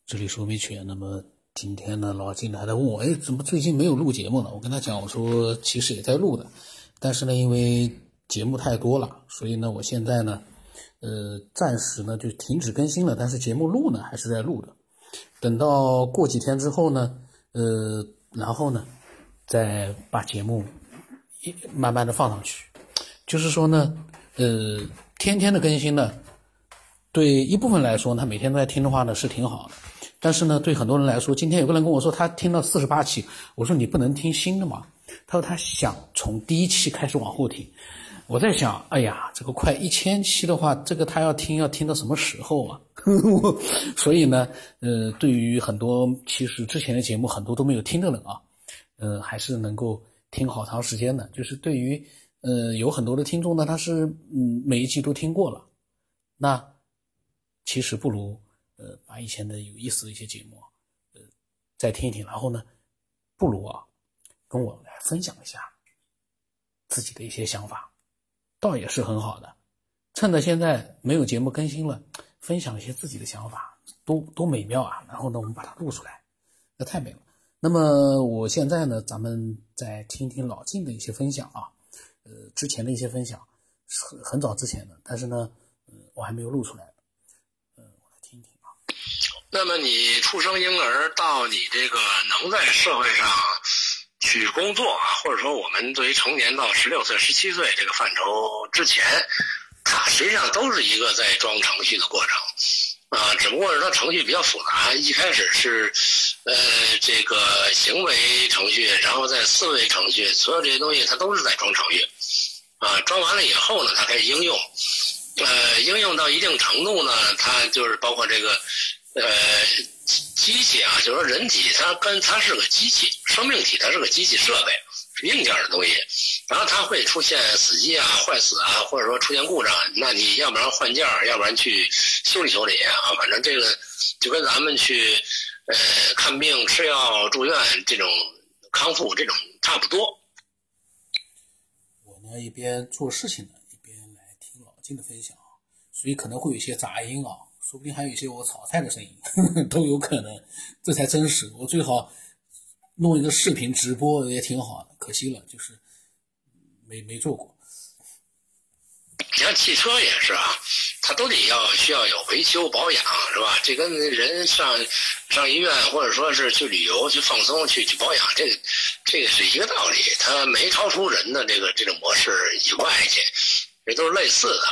这里是欧美犬。那么今天呢，老金还在问我，怎么最近没有录节目呢？我跟他讲，我说其实也在录的，但是呢，因为节目太多了，所以呢，我现在呢，暂时呢就停止更新了。但是节目录呢还是在录的。等到过几天之后呢，然后呢，再把节目慢慢的放上去。就是说呢，天天的更新呢，对一部分来说，他每天都在听的话呢是挺好的。但是呢，对很多人来说，今天有个人跟我说他听到48期，我说你不能听新的嘛？他说他想从第一期开始往后听。我在想，哎呀，这个快1000期的话，这个他要听到什么时候啊？所以呢，对于很多其实之前的节目很多都没有听的人啊，还是能够听好长时间的。就是对于有很多的听众呢，他是每一集都听过了，那其实不如把以前的有意思的一些节目再听一听，然后呢，不如跟我来分享一下自己的一些想法，倒也是很好的。趁着现在没有节目更新了，分享一些自己的想法，多美妙啊！然后呢，我们把它录出来，那太美了。那么我现在呢，咱们再听听老晋的一些分享啊，之前的一些分享是很早之前的，但是呢，我还没有录出来。我来听听啊。 那么你出生婴儿到你这个能在社会上去工作啊，或者说我们对于成年到16岁、17岁这个范畴之前，它实际上都是一个在装程序的过程啊，只不过是它程序比较复杂，一开始是这个行为程序，然后在思维程序，所有这些东西它都是在装程序啊，装完了以后呢，它开始应用，应用到一定程度呢，它就是包括这个机器啊，就是说人体它是个机器，生命体它是个机器设备，是硬件的东西，然后它会出现死机啊、坏死啊，或者说出现故障，那你要不然换件，要不然去修理修理啊，反正这个就跟咱们去看病、吃药、住院这种康复这种差不多。 我呢一边做事情呢，一边来听老金的分享，所以可能会有一些杂音啊，说不定还有一些我炒菜的声音都有可能，这才真实。我最好弄一个视频直播也挺好的，可惜了，就是没做过。 你像汽车也是啊，它都需要有维修保养，是吧？这跟人上医院或者说是去旅游去放松去保养，这个是一个道理，它没超出人的这种模式以外去，这都是类似的。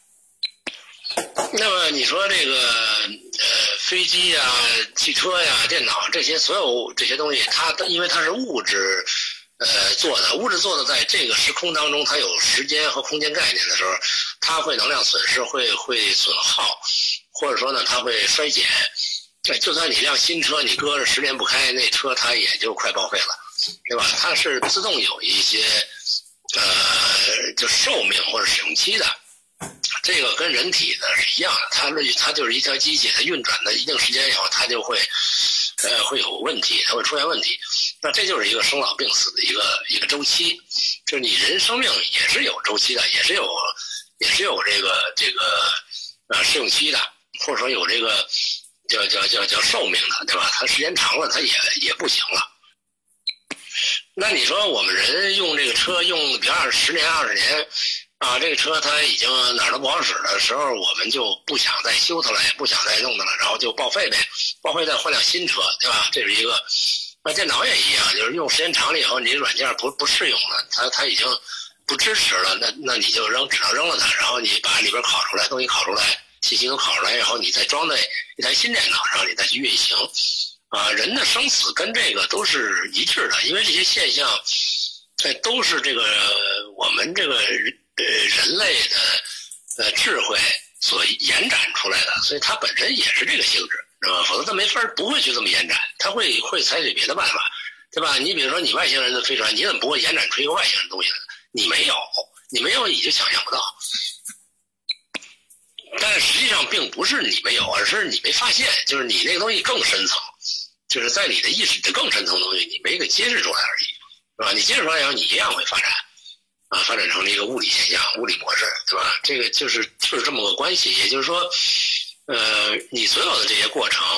那么你说这个飞机呀、汽车呀、电脑这些所有这些东西，它因为它是物质做的，物质做的在这个时空当中，它有时间和空间概念的时候，它会能量损失，会损耗，或者说呢，它会衰减。就算你辆新车，你搁着10年不开，那车它也就快报废了，对吧？它是自动有一些就寿命或者使用期的。这个跟人体的是一样的，它就是一条机器，它运转的一定时间以后，它就会有问题，它会出现问题。那这就是一个生老病死的一个周期，就是你人生命也是有周期的，也是有这个试用期的，或者说有这个叫寿命的，对吧？它时间长了，它也不行了。那你说我们人用这个车用比如10年20年。啊，这个车它已经哪儿都不好使的时候，我们就不想再修它了，也不想再弄它了，然后就报废呗，报废再换辆新车，对吧？这是一个。那电脑也一样，就是用时间长了以后，你软件不适用了，它已经不支持了，那你就只能扔了它，然后你把里边拷出来东西拷出来，信息都拷出来，然后你再装在一台新电脑上，你再去运行。啊，人的生死跟这个都是一致的，因为这些现象，都是这个我们这个人类的智慧所延展出来的，所以它本身也是这个性质，是吧？否则它不会去这么延展，它会采取别的办法，对吧？你比如说你外星人的飞船，你怎么不会延展出一个外星人的东西呢？你没有你就想象不到。但是实际上并不是你没有，而是你没发现，就是你那个东西更深层，就是在你的意识的更深层的东西你没给揭示出来而已，是吧？你揭示出来以后，你一样会发展。发展成了一个物理现象、物理模式，对吧？这个就是这么个关系。也就是说，你所有的这些过程，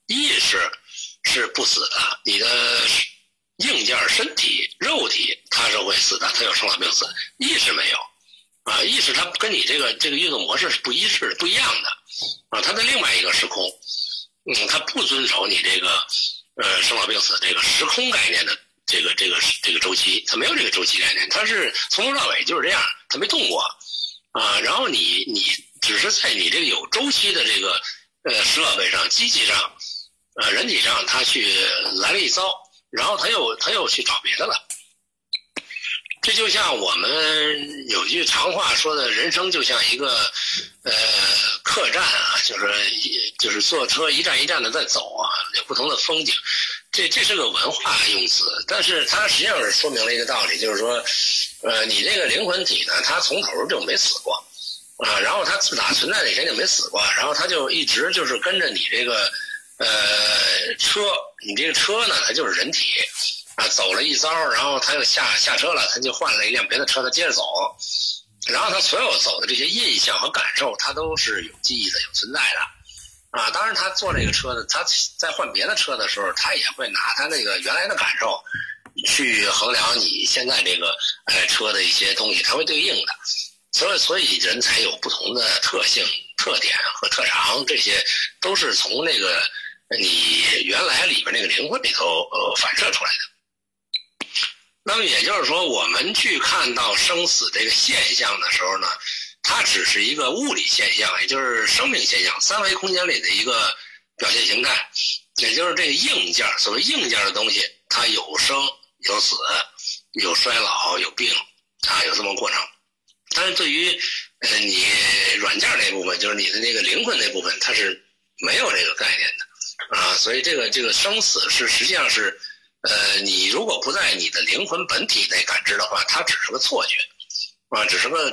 意识是不死的，你的硬件身体肉体它是会死的，它有生老病死，意识没有啊，意识它跟你这个运作模式是不一致不一样的啊，它在另外一个时空，它不遵守你这个生老病死这个时空概念的这个周期，它没有这个周期概念，它是从头到尾就是这样，它没动过啊，然后你只是在你这个有周期的这个设备上、机器上、人体上，它去来了一遭，然后他又去找别的了。这就像我们有句常话说的，人生就像一个客栈啊，就是坐车一站一站的在走啊，有不同的风景。这是个文化用词，但是它实际上是说明了一个道理，就是说，你这个灵魂体呢，它从头就没死过啊，然后它自打存在那天就没死过，然后它就一直就是跟着你这个车，你这个车呢，它就是人体啊，走了一遭，然后他又下车了，他就换了一辆别的车，他接着走，然后他所有走的这些印象和感受，他都是有记忆的、有存在的。啊，当然他坐这个车呢，他在换别的车的时候，他也会拿他那个原来的感受去衡量你现在这个车的一些东西，它会对应的。所以人才有不同的特性、特点和特长，这些都是从那个你原来里边那个灵魂里头反射出来的。那么也就是说，我们去看到生死这个现象的时候呢，它只是一个物理现象，也就是生命现象，三维空间里的一个表现形态，也就是这个硬件，所谓硬件的东西，它有生有死，有衰老有病啊，有这么个过程。但是对于你软件那部分，就是你的那个灵魂那部分，它是没有这个概念的啊，所以这个生死是实际上是你如果不在你的灵魂本体内感知的话，它只是个错觉。啊，只是个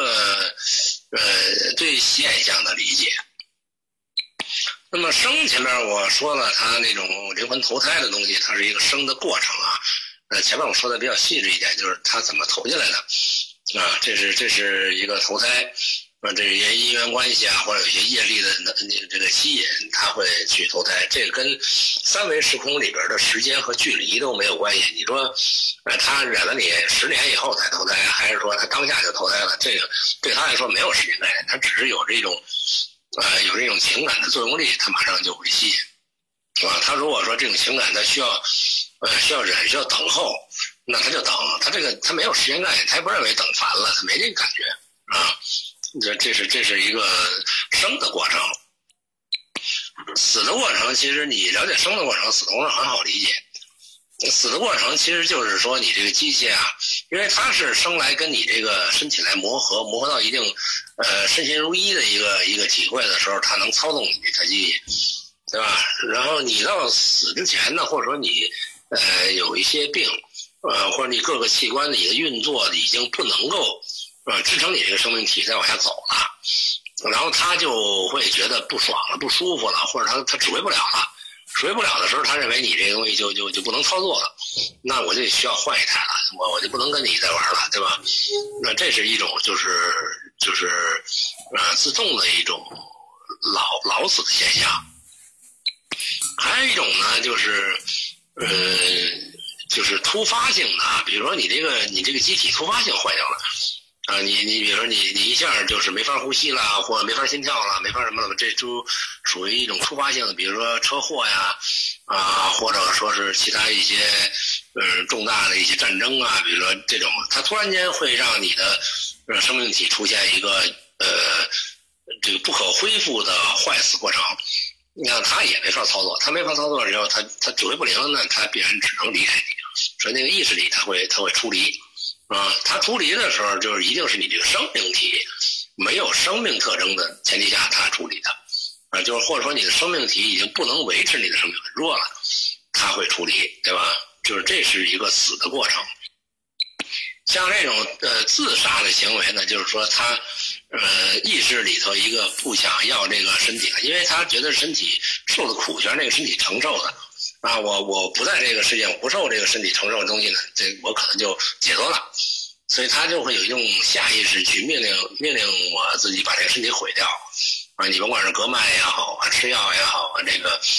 对现象的理解。那么生前面我说了，它那种灵魂投胎的东西，它是一个生的过程啊。前面我说的比较细致一点，就是它怎么投进来的啊，这是一个投胎啊，这是一些因缘关系啊，或者有一些业力的这个吸引，它会去投胎。这个跟三维时空里边的时间和距离都没有关系。你说他忍了你10年以后才投胎，还是说他当下就投胎了？这个对他来说没有时间概念，他只是有这种情感的作用力，他马上就会吸引，是吧？他如果说这种情感他需要忍，需要等候，那他就等。他没有时间概念，他也不认为等烦了，他没这个感觉啊。这是一个生的过程。死的过程，其实你了解生的过程，死的过程很好理解。死的过程其实就是说，你这个机械啊，因为它是生来跟你这个身体来磨合到一定身心如一的一个体会的时候，它能操纵你这台机器，对吧？然后你到死之前呢，或者说你有一些病，或者你各个器官你的运作已经不能够支撑你这个生命体再往下走了，然后他就会觉得不爽了、不舒服了，或者他指挥不了了。指挥不了的时候，他认为你这个东西就不能操作了，那我就需要换一台了，我就不能跟你再玩了，对吧？那这是一种就是自动的一种老死的现象。还有一种呢，就是突发性的啊，比如说你这个机体突发性坏掉了。啊，你比如说你一下就是没法呼吸了，或者没法心跳了，没法什么了，这就属于一种突发性的，比如说车祸呀，啊，或者说是其他一些重大的一些战争啊，比如说这种，它突然间会让你的生命体出现一个这个不可恢复的坏死过程，那它也没法操作，它没法操作的时候，它指挥不灵，那它必然只能离开你，所以那个意识里它会出离。它出离的时候，就是一定是你这个生命体没有生命特征的前提下，它出离的，就是或者说你的生命体已经不能维持你的生命很弱了，它会出离，对吧？就是这是一个死的过程。像这种自杀的行为呢，就是说他意识里头一个不想要这个身体了，因为他觉得身体受的苦全是这个身体承受的。啊，我不在这个世界，我不受这个身体承受的东西呢，这我可能就解脱了，所以他就会有用下意识去命令我自己把这个身体毁掉啊！你甭管是割脉也好啊，吃药也好啊，这个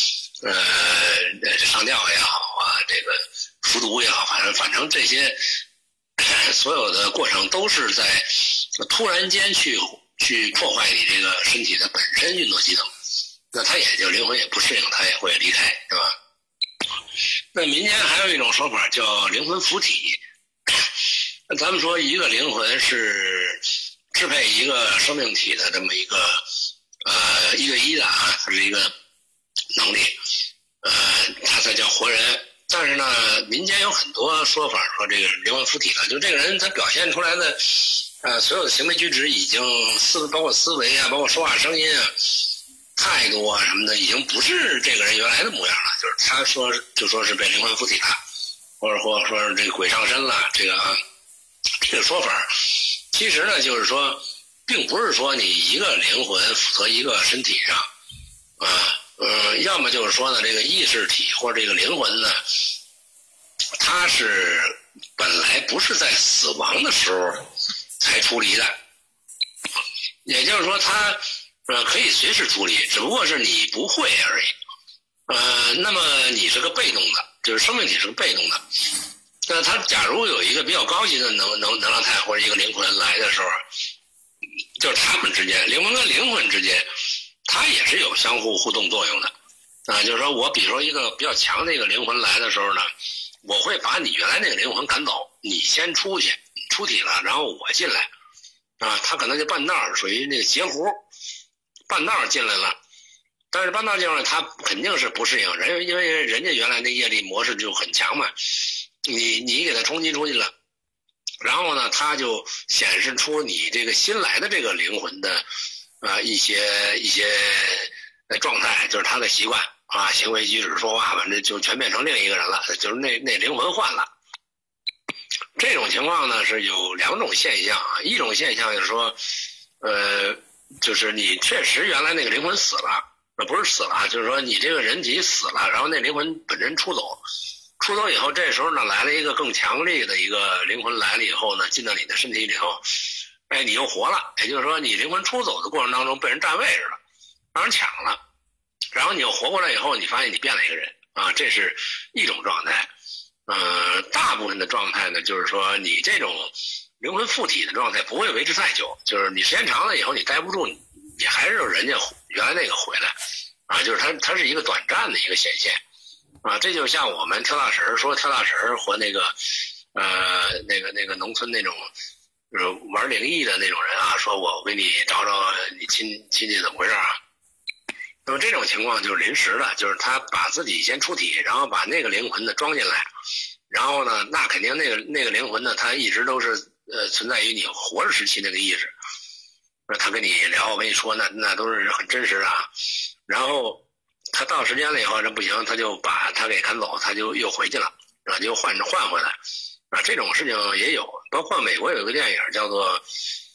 上吊也好啊，这个服毒也好，反正这些所有的过程都是在突然间去破坏你这个身体的本身运作系统，那他也就灵魂也不适应，他也会离开，是吧？那民间还有一种说法叫灵魂附体。那咱们说一个灵魂是支配一个生命体的这么一个一对一的啊，它是一个能力，它才叫活人。但是呢，民间有很多说法说这个灵魂附体了，就这个人他表现出来的所有的行为举止已经包括思维啊，包括说话声音啊，态度啊什么的，已经不是这个人原来的模样了。就是他就说是被灵魂附体了，或者说是这个鬼上身了，这个说法，其实呢就是说，并不是说你一个灵魂附合一个身体上要么就是说呢，这个意识体或者这个灵魂呢，它是本来不是在死亡的时候才出离的，也就是说它可以随时出离，只不过是你不会而已。那么你是个被动的，就是生命体是个被动的。那它假如有一个比较高级的能量态或者一个灵魂来的时候，就是他们之间，灵魂跟灵魂之间，它也是有相互互动作用的就是说我比如说一个比较强的一个灵魂来的时候呢，我会把你原来那个灵魂赶走，你先出去出体了，然后我进来他可能就半道属于那个截胡，半道进来了。但是半道进来他肯定是不适应，因为人家原来那业力模式就很强嘛，你给他冲击出去了，然后呢他就显示出你这个新来的这个灵魂的一些状态，就是他的习惯行为举止说话，反正就全变成另一个人了，就是那灵魂换了。这种情况呢是有两种现象一种现象就是说就是你确实原来那个灵魂死了，不是死了，就是说你这个人体死了，然后那灵魂本身出走以后，这时候呢来了一个更强力的一个灵魂来了以后呢，进到你的身体里头，你又活了，也就是说你灵魂出走的过程当中被人占位置了，让人抢了，然后你又活过来以后，你发现你变了一个人这是一种状态。大部分的状态呢，就是说你这种灵魂附体的状态不会维持太久，就是你时间长了以后你待不住，你还是有人家原来那个回来就是它是一个短暂的一个显现这就像我们跳大神说跳大神和那个那个农村那种玩灵异的那种人说我给你找你亲戚怎么回事那么这种情况就是临时的，就是他把自己先出体，然后把那个灵魂呢装进来，然后呢那肯定那个灵魂呢他一直都是存在于你活着时期那个意识，他跟你聊我跟你说那都是很真实的然后他到时间了以后这不行，他就把他给赶走，他就又回去了就换回来这种事情也有，包括美国有一个电影叫做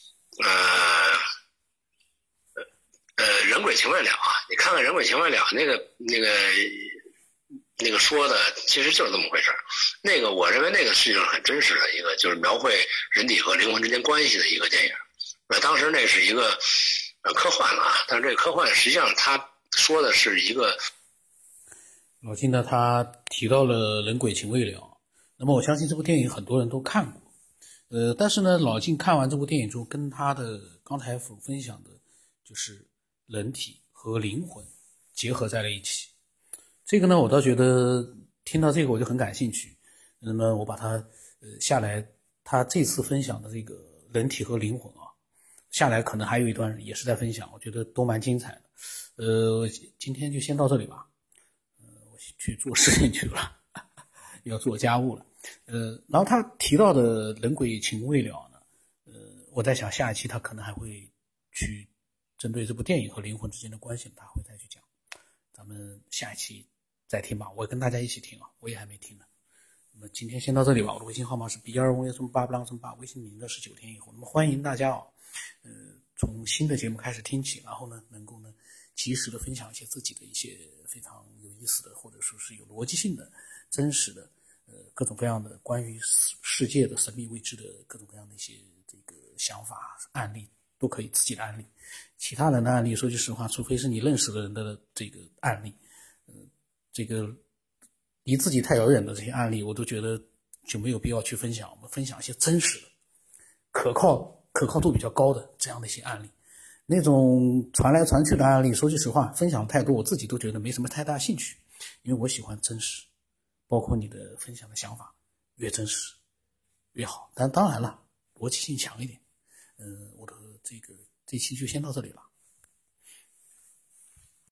人鬼情未了你看看人鬼情未了那个说的其实就是这么回事那个我认为那个事情很真实的一个就是描绘人体和灵魂之间关系的一个电影当时那是一个科幻了但是这个科幻实际上他说的是一个老金呢他提到了人鬼情未了，那么我相信这部电影很多人都看过但是呢老金看完这部电影之后跟他的刚才分享的就是人体和灵魂结合在了一起，这个呢我倒觉得听到这个我就很感兴趣，那么我把它下来他这次分享的这个人体和灵魂下来可能还有一段也是在分享，我觉得都蛮精彩的今天就先到这里吧我去做事情去了要做家务了然后他提到的人鬼情未了呢我在想下一期他可能还会去针对这部电影和灵魂之间的关系他会再去讲，咱们下一期再听吧，我跟大家一起听我也还没听呢。那么今天先到这里吧，我的微信号码是 B25138 微信名的19天以后，那么欢迎大家从新的节目开始听起，然后呢能够呢及时的分享一些自己的一些非常有意思的或者说是有逻辑性的真实的各种各样的关于世界的神秘未知的各种各样的一些这个想法案例都可以，自己的案例其他人的案例说句实话除非是你认识的人的这个案例这个离自己太遥远的这些案例，我都觉得就没有必要去分享。我们分享一些真实的、可靠度比较高的这样的一些案例。那种传来传去的案例，说句实话，分享太多，我自己都觉得没什么太大兴趣，因为我喜欢真实，包括你的分享的想法，越真实越好。但当然了，逻辑性强一点。我的这期就先到这里了。